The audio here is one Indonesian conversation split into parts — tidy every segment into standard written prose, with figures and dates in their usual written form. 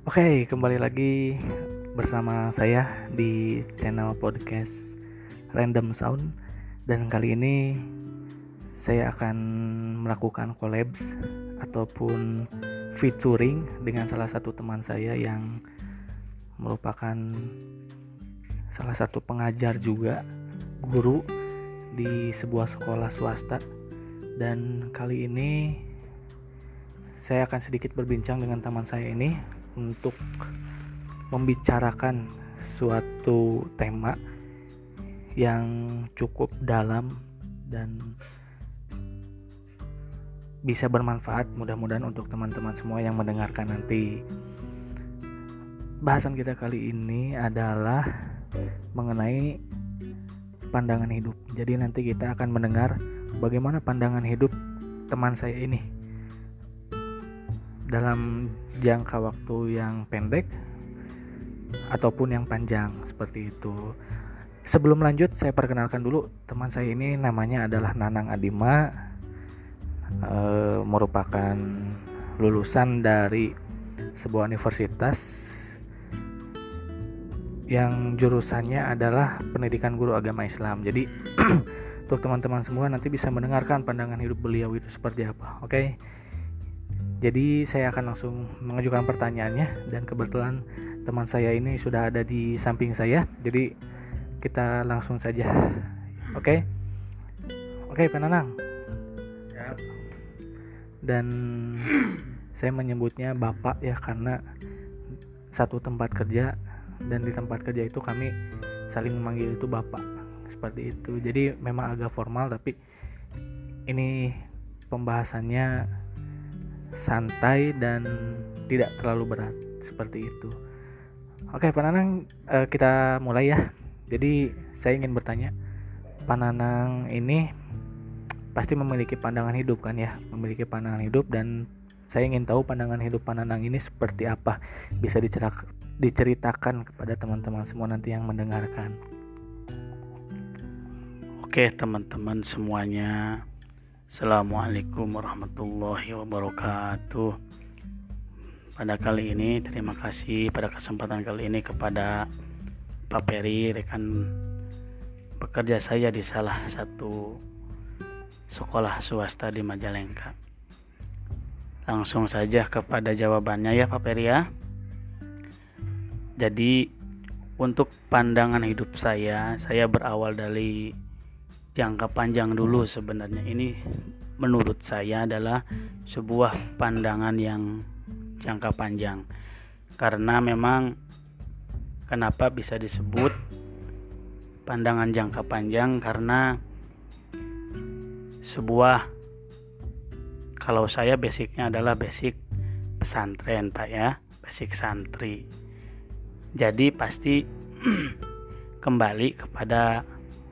Oke, kembali lagi bersama saya di channel podcast Random Sound. Dan kali ini saya akan melakukan collabs ataupun featuring dengan salah satu teman saya yang merupakan salah satu pengajar juga, guru di sebuah sekolah swasta. Dan kali ini saya akan sedikit berbincang dengan teman saya ini untuk membicarakan suatu tema yang cukup dalam dan bisa bermanfaat mudah-mudahan untuk teman-teman semua yang mendengarkan nanti. Bahasan kita kali ini adalah mengenai pandangan hidup. Jadi nanti kita akan mendengar bagaimana pandangan hidup teman saya ini dalam jangka waktu yang pendek ataupun yang panjang, seperti itu. Sebelum lanjut, saya perkenalkan dulu teman saya ini, namanya adalah Nanang Adima, merupakan lulusan dari sebuah universitas yang jurusannya adalah pendidikan guru agama Islam. Jadi untuk teman-teman semua nanti bisa mendengarkan pandangan hidup beliau itu seperti apa. Oke. Jadi saya akan langsung mengajukan pertanyaannya, dan kebetulan teman saya ini sudah ada di samping saya. Jadi kita langsung saja. Oke, Pak Nanang. Dan saya menyebutnya Bapak ya, karena satu tempat kerja, dan di tempat kerja itu kami saling memanggil itu Bapak, seperti itu. Jadi memang agak formal, tapi ini pembahasannya santai dan tidak terlalu berat, seperti itu. Oke, Pak Nanang, kita mulai ya. Jadi saya ingin bertanya, Pak Nanang ini pasti memiliki pandangan hidup kan ya, memiliki pandangan hidup, dan saya ingin tahu pandangan hidup Pak Nanang ini seperti apa. Bisa diceritakan kepada teman-teman semua nanti yang mendengarkan. Oke, teman-teman semuanya, Assalamualaikum warahmatullahi wabarakatuh. Pada kali ini terima kasih pada kesempatan kali ini kepada Pak Peri, rekan bekerja saya di salah satu sekolah swasta di Majalengka. Langsung saja kepada jawabannya ya Pak Peri ya. Jadi untuk pandangan hidup saya berawal dari jangka panjang dulu. Sebenarnya ini menurut saya adalah sebuah pandangan yang jangka panjang, karena memang kenapa bisa disebut pandangan jangka panjang, karena sebuah, kalau saya basicnya adalah basic pesantren Pak ya, basic santri. Jadi pasti kembali kepada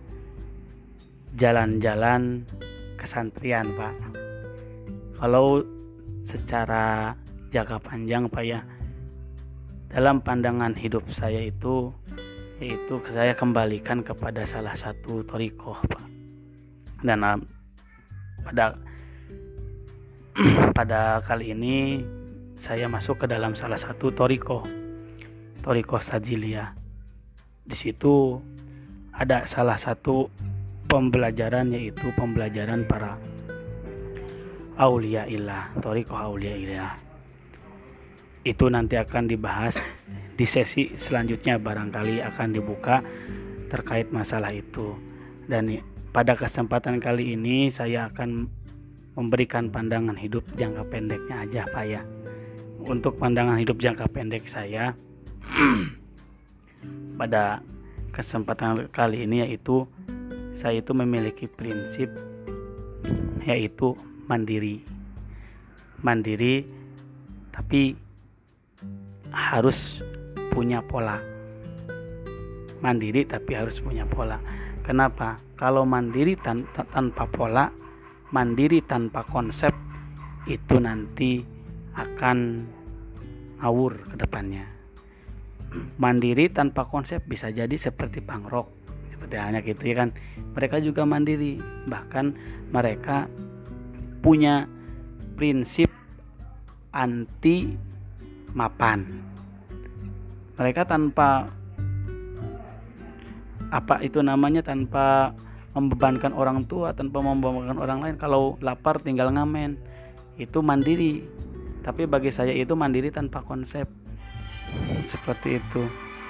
jalan-jalan kesantrian Pak. Kalau secara jangka panjang Pak ya, dalam pandangan hidup saya itu, yaitu saya kembalikan kepada salah satu thariqah Pak. Dan pada kali ini saya masuk ke dalam salah satu thariqah Sajiliyah. Di situ ada salah satu pembelajaran, yaitu pembelajaran para auliyaillah, thariqah auliyaillah. Itu nanti akan dibahas di sesi selanjutnya, barangkali akan dibuka terkait masalah itu. Dan pada kesempatan kali ini saya akan memberikan pandangan hidup jangka pendeknya aja Pak ya. Untuk pandangan hidup jangka pendek saya pada kesempatan kali ini, yaitu saya itu memiliki prinsip, yaitu mandiri, tapi harus punya pola. Mandiri tapi harus punya pola. Kenapa? Kalau mandiri tanpa pola, mandiri tanpa konsep, itu nanti akan ngawur ke depannya. Mandiri tanpa konsep bisa jadi seperti punk rock, seperti halnya gitu ya kan. Mereka juga mandiri, bahkan mereka punya prinsip anti mapan. mereka tanpa tanpa membebankan orang tua, tanpa membebankan orang lain. Kalau lapar tinggal ngamen, itu mandiri. Tapi bagi saya itu mandiri tanpa konsep, seperti itu.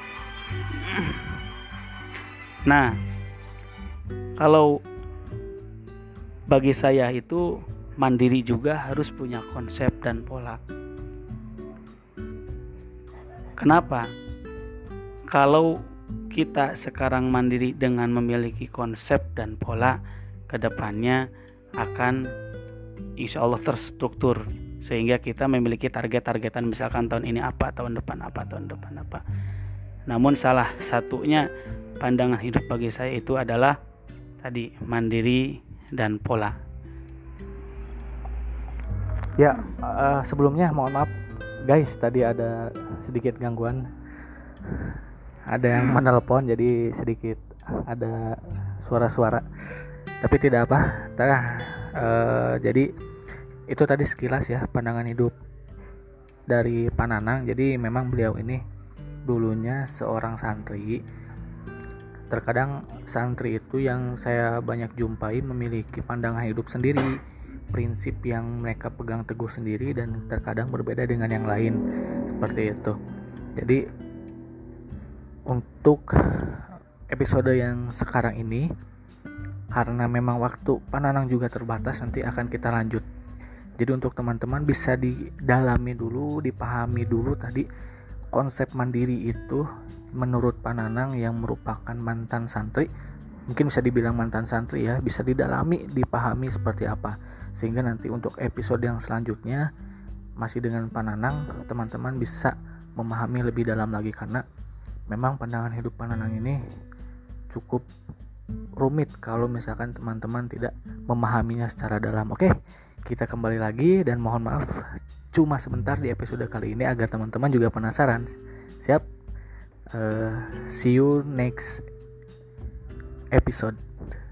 Nah, kalau bagi saya itu mandiri juga harus punya konsep dan pola. Kenapa? Kalau kita sekarang mandiri dengan memiliki konsep dan pola, kedepannya akan insya Allah terstruktur, sehingga kita memiliki target-targetan, misalkan tahun ini apa, tahun depan apa. Namun salah satunya pandangan hidup bagi saya itu adalah tadi mandiri dan pola. Ya, sebelumnya mohon maaf guys, tadi ada sedikit gangguan. Ada yang menelpon, jadi sedikit ada suara-suara. Tapi tidak apa. Jadi itu tadi sekilas ya pandangan hidup dari Pak Nanang. Jadi memang beliau ini dulunya seorang santri. Terkadang santri itu yang saya banyak jumpai memiliki pandangan hidup sendiri, prinsip yang mereka pegang teguh sendiri, dan terkadang berbeda dengan yang lain, seperti itu. Jadi untuk episode yang sekarang ini, karena memang waktu Pak Nanang juga terbatas, nanti akan kita lanjut. Jadi untuk teman-teman bisa didalami dulu, dipahami dulu tadi konsep mandiri itu menurut Pak Nanang yang merupakan mantan santri. Mungkin bisa dibilang mantan santri ya, bisa didalami, dipahami seperti apa, sehingga nanti untuk episode yang selanjutnya masih dengan Pak Nanang, teman-teman bisa memahami lebih dalam lagi, karena memang pandangan hidup Pak Nanang ini cukup rumit kalau misalkan teman-teman tidak memahaminya secara dalam. Oke, kita kembali lagi, dan mohon maaf cuma sebentar di episode kali ini agar teman-teman juga penasaran. Siap? See you next episode.